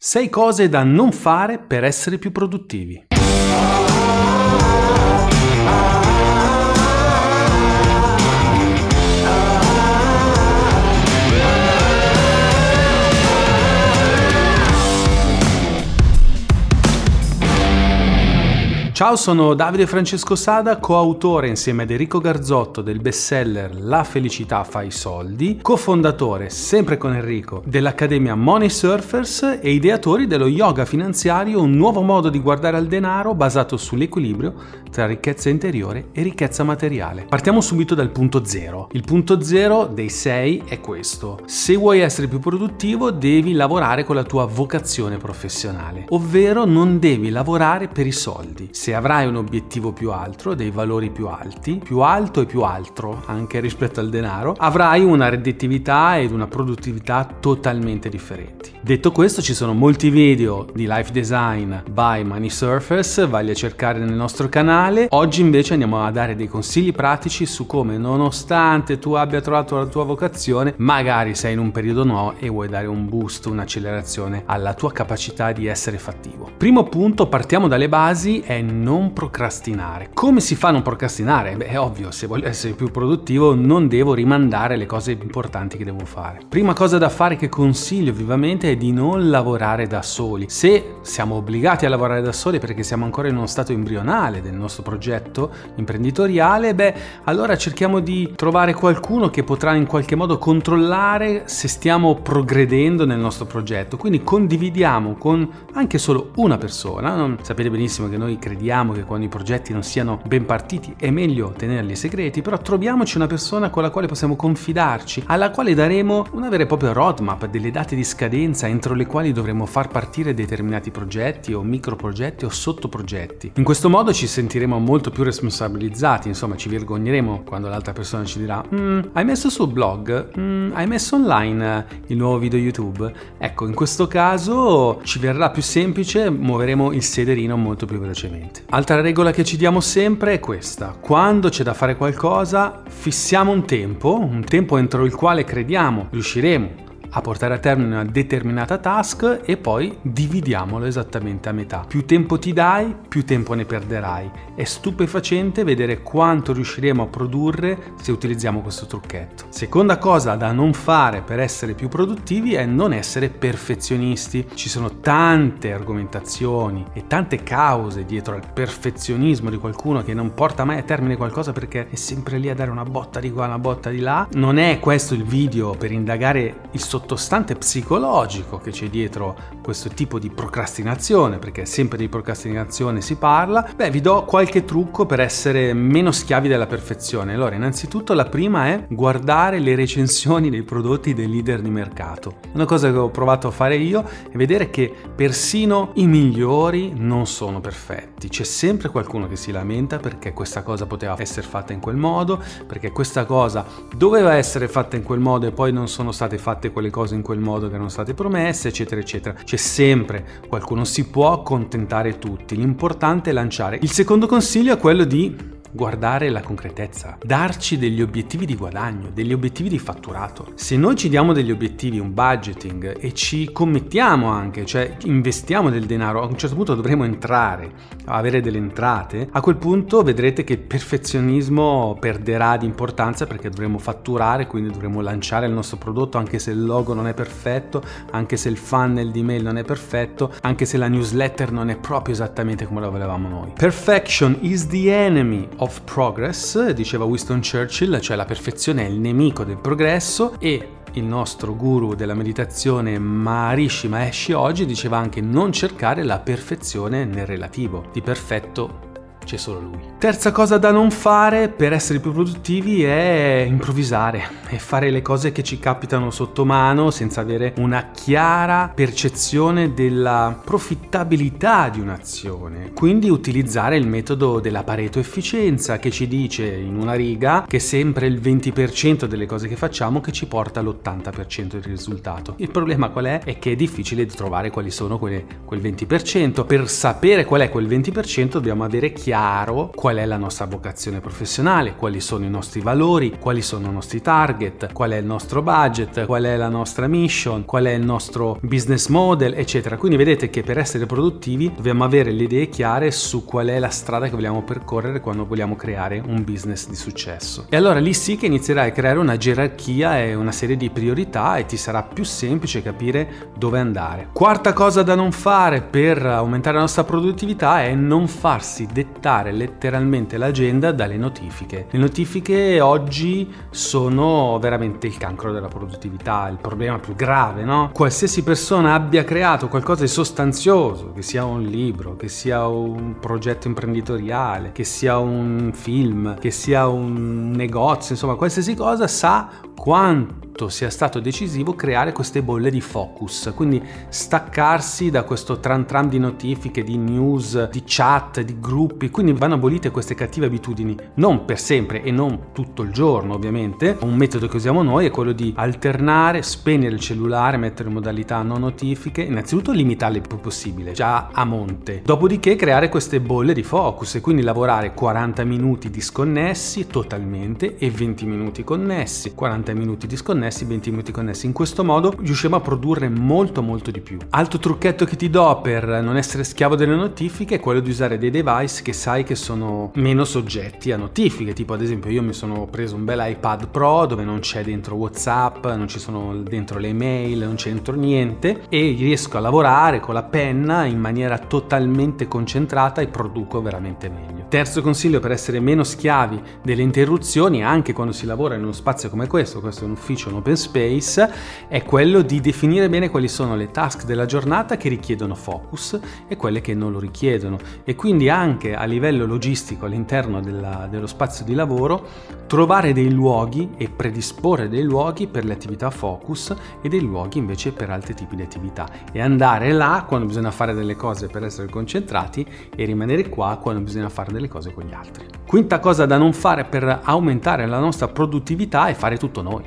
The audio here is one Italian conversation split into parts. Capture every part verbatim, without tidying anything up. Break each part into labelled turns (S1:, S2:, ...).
S1: sei cose da non fare per essere più produttivi. Ciao, sono Davide Francesco Sada, coautore insieme ad Enrico Garzotto del bestseller La felicità fa i soldi, cofondatore, sempre con Enrico, dell'Accademia Money Surfers e ideatori dello yoga finanziario, un nuovo modo di guardare al denaro basato sull'equilibrio tra ricchezza interiore e ricchezza materiale. Partiamo subito dal punto zero. Il punto zero dei sei è questo: se vuoi essere più produttivo devi lavorare con la tua vocazione professionale, ovvero non devi lavorare per i soldi. Se avrai un obiettivo più alto, dei valori più alti, più alto e più altro anche rispetto al denaro, avrai una redditività ed una produttività totalmente differenti. Detto questo, ci sono molti video di life design by Money Surfers, vai a cercare nel nostro canale. Oggi invece andiamo a dare dei consigli pratici su come, nonostante tu abbia trovato la tua vocazione, magari sei in un periodo no e vuoi dare un boost, un'accelerazione alla tua capacità di essere fattivo. Primo punto, partiamo dalle basi, è non procrastinare. Come si fa a non procrastinare? Beh, è ovvio, se voglio essere più produttivo non devo rimandare le cose importanti che devo fare. Prima cosa da fare che consiglio vivamente è di non lavorare da soli. Se siamo obbligati a lavorare da soli perché siamo ancora in uno stato embrionale del nostro progetto imprenditoriale, beh, allora cerchiamo di trovare qualcuno che potrà in qualche modo controllare se stiamo progredendo nel nostro progetto. Quindi condividiamo con anche solo una persona. Non, sapete benissimo che noi crediamo che quando i progetti non siano ben partiti è meglio tenerli segreti, però troviamoci una persona con la quale possiamo confidarci, alla quale daremo una vera e propria roadmap, delle date di scadenza entro le quali dovremo far partire determinati progetti o microprogetti o sottoprogetti. In questo modo ci sentiremo molto più responsabilizzati, insomma ci vergogneremo quando l'altra persona ci dirà mm, hai messo sul blog? Mm, hai messo online il nuovo video YouTube? Ecco, in questo caso ci verrà più semplice, muoveremo il sederino molto più velocemente. Altra regola che ci diamo sempre è questa: quando c'è da fare qualcosa fissiamo un tempo, un tempo entro il quale crediamo riusciremo a portare a termine una determinata task e poi dividiamolo esattamente a metà. Più tempo ti dai, più tempo ne perderai. È stupefacente vedere quanto riusciremo a produrre se utilizziamo questo trucchetto. Seconda cosa da non fare per essere più produttivi è non essere perfezionisti. Ci sono tante argomentazioni e tante cause dietro al perfezionismo di qualcuno che non porta mai a termine qualcosa perché è sempre lì a dare una botta di qua, una botta di là. Non è questo il video per indagare il sottostante psicologico che c'è dietro questo tipo di procrastinazione, perché sempre di procrastinazione si parla. Beh, vi do qualche trucco per essere meno schiavi della perfezione. Allora, innanzitutto la prima è guardare le recensioni dei prodotti dei leader di mercato. Una cosa che ho provato a fare io è vedere che persino i migliori non sono perfetti. C'è sempre qualcuno che si lamenta perché questa cosa poteva essere fatta in quel modo, perché questa cosa doveva essere fatta in quel modo e poi non sono state fatte quelle cose in quel modo che erano state promesse, eccetera eccetera. C'è sempre qualcuno, si può accontentare tutti, l'importante è lanciare. Il secondo consiglio è quello di guardare la concretezza, darci degli obiettivi di guadagno, degli obiettivi di fatturato. Se noi ci diamo degli obiettivi, un budgeting e ci commettiamo anche, cioè investiamo del denaro, a un certo punto dovremo entrare, avere delle entrate, a quel punto vedrete che il perfezionismo perderà di importanza perché dovremo fatturare, quindi dovremo lanciare il nostro prodotto anche se il logo non è perfetto, anche se il funnel di mail non è perfetto, anche se la newsletter non è proprio esattamente come la volevamo noi. Perfection is the enemy of progress, diceva Winston Churchill, cioè la perfezione è il nemico del progresso, e il nostro guru della meditazione Maharishi Mahesh Yogi diceva anche non cercare la perfezione nel relativo, di perfetto c'è solo lui. Terza cosa da non fare per essere più produttivi è improvvisare e fare le cose che ci capitano sotto mano senza avere una chiara percezione della profittabilità di un'azione. Quindi utilizzare il metodo della Pareto efficienza, che ci dice in una riga che sempre il venti per cento delle cose che facciamo che ci porta all'ottanta per cento del risultato. Il problema qual è? È che è difficile trovare quali sono quelle, quel venti per cento. Per sapere qual è quel venti per cento dobbiamo avere chiaro chiaro qual è la nostra vocazione professionale, quali sono i nostri valori, quali sono i nostri target, qual è il nostro budget, qual è la nostra mission, qual è il nostro business model, eccetera. Quindi vedete che per essere produttivi dobbiamo avere le idee chiare su qual è la strada che vogliamo percorrere quando vogliamo creare un business di successo. E allora lì sì che inizierai a creare una gerarchia e una serie di priorità e ti sarà più semplice capire dove andare. Quarta cosa da non fare per aumentare la nostra produttività è non farsi dettare letteralmente l'agenda dalle notifiche. Le notifiche oggi sono veramente il cancro della produttività, il problema più grave, no? Qualsiasi persona abbia creato qualcosa di sostanzioso, che sia un libro, che sia un progetto imprenditoriale, che sia un film, che sia un negozio, insomma qualsiasi cosa, sa quanto sia stato decisivo creare queste bolle di focus, quindi staccarsi da questo tran tran di notifiche, di news, di chat, di gruppi. Quindi vanno abolite queste cattive abitudini, non per sempre e non tutto il giorno ovviamente. Un metodo che usiamo noi è quello di alternare, spegnere il cellulare, mettere in modalità non notifiche, innanzitutto limitarle il più possibile, già a monte, dopodiché creare queste bolle di focus e quindi lavorare quaranta minuti disconnessi totalmente e venti minuti connessi, quaranta minuti disconnessi, venti minuti connessi. In questo modo riusciamo a produrre molto molto di più. Altro trucchetto che ti do per non essere schiavo delle notifiche è quello di usare dei device che sai che sono meno soggetti a notifiche, tipo ad esempio io mi sono preso un bel iPad Pro dove non c'è dentro WhatsApp, non ci sono dentro le mail, non c'è dentro niente e riesco a lavorare con la penna in maniera totalmente concentrata e produco veramente meglio. Terzo consiglio per essere meno schiavi delle interruzioni anche quando si lavora in uno spazio come questo, questo è un ufficio, un open space, è quello di definire bene quali sono le task della giornata che richiedono focus e quelle che non lo richiedono, e quindi anche a livello logistico all'interno della, dello spazio di lavoro trovare dei luoghi e predisporre dei luoghi per le attività focus e dei luoghi invece per altri tipi di attività, e andare là quando bisogna fare delle cose per essere concentrati e rimanere qua quando bisogna fare delle cose con gli altri. Quinta cosa da non fare per aumentare la nostra produttività è fare tutto noi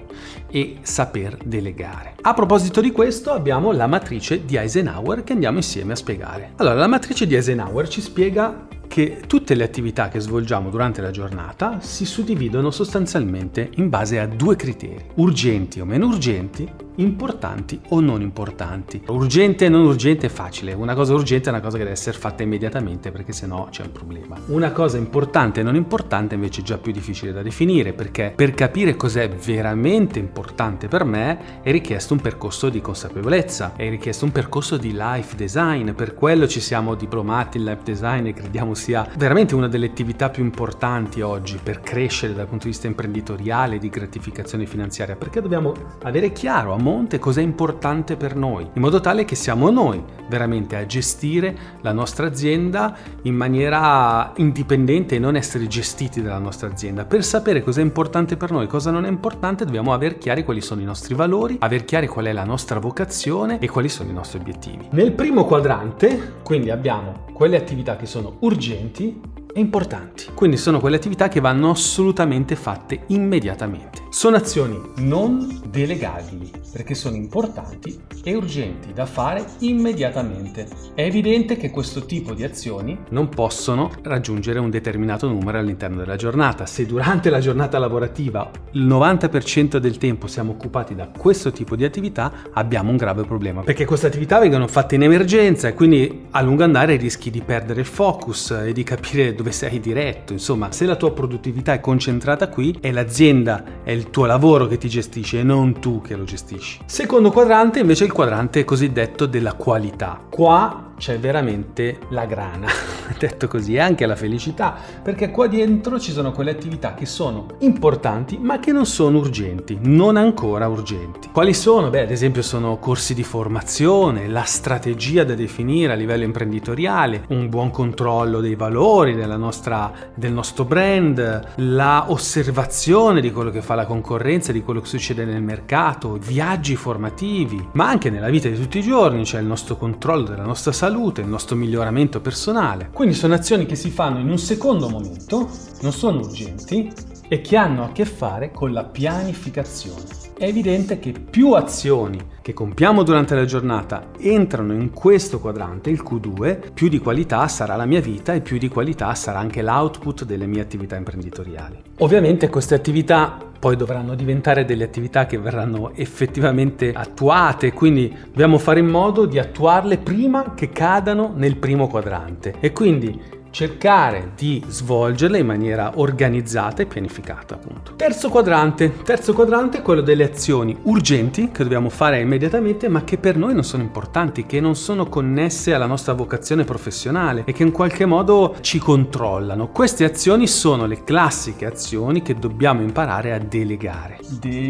S1: e saper delegare. A proposito di questo abbiamo la matrice di Eisenhower che andiamo insieme a spiegare. Allora, la matrice di Eisenhower ci spiega che tutte le attività che svolgiamo durante la giornata si suddividono sostanzialmente in base a due criteri: urgenti o meno urgenti, importanti o non importanti. Urgente e non urgente è facile, una cosa urgente è una cosa che deve essere fatta immediatamente perché sennò c'è un problema. Una cosa importante e non importante invece è già più difficile da definire, perché per capire cos'è veramente importante per me è richiesto un percorso di consapevolezza, è richiesto un percorso di life design. Per quello ci siamo diplomati in life design e crediamo sia veramente una delle attività più importanti oggi per crescere dal punto di vista imprenditoriale, di gratificazione finanziaria, perché dobbiamo avere chiaro a monte cos'è importante per noi, in modo tale che siamo noi veramente a gestire la nostra azienda in maniera indipendente e non essere gestiti dalla nostra azienda. Per sapere cos'è importante per noi, cosa non è importante, dobbiamo aver chiari quali sono i nostri valori, aver chiari qual è la nostra vocazione e quali sono i nostri obiettivi. Nel primo quadrante quindi abbiamo quelle attività che sono urgenti e importanti, quindi sono quelle attività che vanno assolutamente fatte immediatamente. Sono azioni non delegabili perché sono importanti e urgenti da fare immediatamente. È evidente che questo tipo di azioni non possono raggiungere un determinato numero all'interno della giornata. Se durante la giornata lavorativa il novanta per cento del tempo siamo occupati da questo tipo di attività, abbiamo un grave problema, perché queste attività vengono fatte in emergenza e quindi a lungo andare rischi di perdere il focus e di capire dove sei diretto. Insomma, se la tua produttività è concentrata qui, è l'azienda, è il tuo lavoro che ti gestisce e non tu che lo gestisci. Secondo quadrante invece è il quadrante cosiddetto della qualità. Qua c'è veramente la grana, detto così, e anche la felicità, perché qua dentro ci sono quelle attività che sono importanti ma che non sono urgenti, non ancora urgenti. Quali sono? Beh, ad esempio sono corsi di formazione, la strategia da definire a livello imprenditoriale, un buon controllo dei valori della nostra, del nostro brand, la osservazione di quello che fa la concorrenza, di quello che succede nel mercato, viaggi formativi, ma anche nella vita di tutti i giorni c'è il nostro controllo della nostra salute, salute, il nostro miglioramento personale. Quindi sono azioni che si fanno in un secondo momento, non sono urgenti e che hanno a che fare con la pianificazione. È evidente che più azioni che compiamo durante la giornata entrano in questo quadrante, il Q due, più di qualità sarà la mia vita e più di qualità sarà anche l'output delle mie attività imprenditoriali. Ovviamente queste attività poi dovranno diventare delle attività che verranno effettivamente attuate, quindi dobbiamo fare in modo di attuarle prima che cadano nel primo quadrante e quindi cercare di svolgerle in maniera organizzata e pianificata, appunto. Terzo quadrante. Terzo quadrante è quello delle azioni urgenti che dobbiamo fare immediatamente, ma che per noi non sono importanti, che non sono connesse alla nostra vocazione professionale e che in qualche modo ci controllano. Queste azioni sono le classiche azioni che dobbiamo imparare a delegare.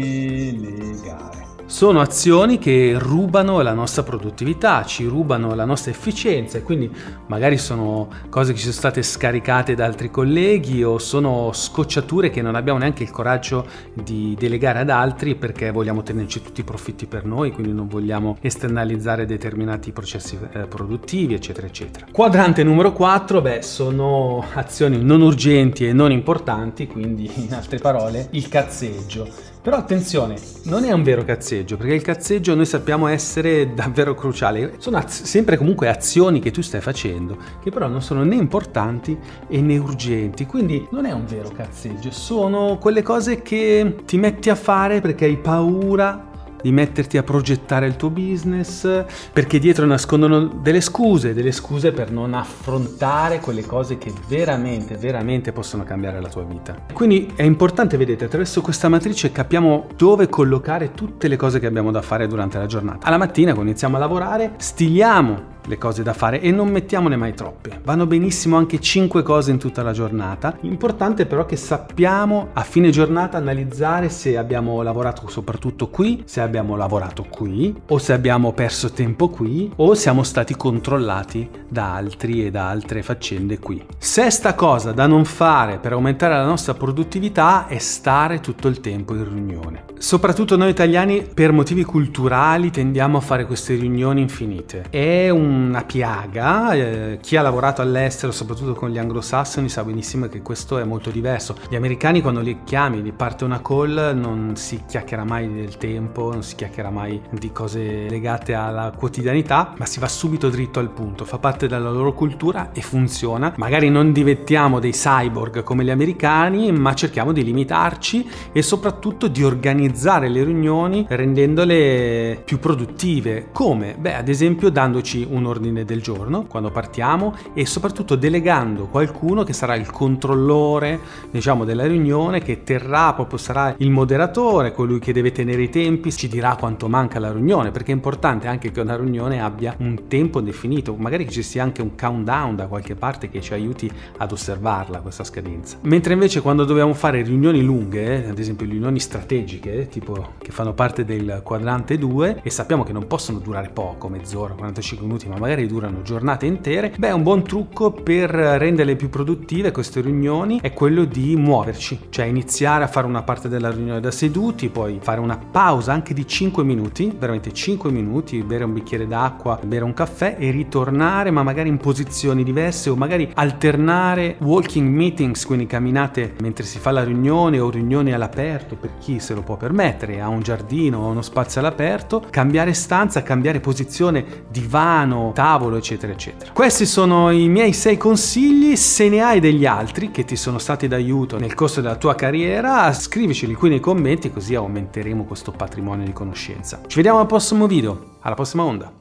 S1: Delegare. Sono azioni che rubano la nostra produttività, ci rubano la nostra efficienza e quindi magari sono cose che ci sono state scaricate da altri colleghi o sono scocciature che non abbiamo neanche il coraggio di delegare ad altri perché vogliamo tenerci tutti i profitti per noi, quindi non vogliamo esternalizzare determinati processi eh, produttivi, eccetera, eccetera. Quadrante numero quattro, beh, sono azioni non urgenti e non importanti, quindi in altre parole il cazzeggio. Però attenzione, non è un vero cazzeggio, perché il cazzeggio noi sappiamo essere davvero cruciale. Sono az- sempre comunque azioni che tu stai facendo, che però non sono né importanti e né urgenti, quindi non è un vero cazzeggio, sono quelle cose che ti metti a fare perché hai paura di metterti a progettare il tuo business, perché dietro nascondono delle scuse, delle scuse per non affrontare quelle cose che veramente, veramente possono cambiare la tua vita. Quindi è importante, vedete, attraverso questa matrice capiamo dove collocare tutte le cose che abbiamo da fare durante la giornata. Alla mattina, quando iniziamo a lavorare, stiliamo le cose da fare e non mettiamone mai troppe. Vanno benissimo anche cinque cose in tutta la giornata. L'importante però è che sappiamo a fine giornata analizzare se abbiamo lavorato soprattutto qui, se abbiamo lavorato qui o se abbiamo perso tempo qui o siamo stati controllati da altri e da altre faccende qui. Sesta cosa da non fare per aumentare la nostra produttività è stare tutto il tempo in riunione. Soprattutto noi italiani per motivi culturali tendiamo a fare queste riunioni infinite. È una piaga, eh, chi ha lavorato all'estero, soprattutto con gli anglosassoni, sa benissimo che questo è molto diverso. Gli americani quando li chiami, gli parte una call, non si chiacchiera mai del tempo, non si chiacchiera mai di cose legate alla quotidianità, ma si va subito dritto al punto, fa parte della loro cultura e funziona. Magari non diventiamo dei cyborg come gli americani, ma cerchiamo di limitarci e soprattutto di organizzare le riunioni rendendole più produttive. Come? Beh, ad esempio dandoci un ordine del giorno quando partiamo e soprattutto delegando qualcuno che sarà il controllore, diciamo, della riunione, che terrà, proprio sarà il moderatore, colui che deve tenere i tempi, ci dirà quanto manca la riunione, perché è importante anche che una riunione abbia un tempo definito, magari che ci sia anche un countdown da qualche parte che ci aiuti ad osservarla questa scadenza. Mentre invece quando dobbiamo fare riunioni lunghe, ad esempio riunioni strategiche, tipo che fanno parte del quadrante due e sappiamo che non possono durare poco, mezz'ora, quarantacinque minuti, ma magari durano giornate intere, beh, un buon trucco per renderle più produttive queste riunioni è quello di muoverci, cioè iniziare a fare una parte della riunione da seduti, poi fare una pausa anche di cinque minuti, veramente cinque minuti, bere un bicchiere d'acqua, bere un caffè e ritornare, ma magari in posizioni diverse o magari alternare walking meetings, quindi camminate mentre si fa la riunione o riunioni all'aperto per chi se lo può permettere, ha un giardino o uno spazio all'aperto, cambiare stanza, cambiare posizione, divano, tavolo, eccetera eccetera. Questi sono i miei sei consigli. Se ne hai degli altri che ti sono stati d'aiuto nel corso della tua carriera, scriviceli qui nei commenti, così aumenteremo questo patrimonio di conoscenza. Ci vediamo al prossimo video, alla prossima onda.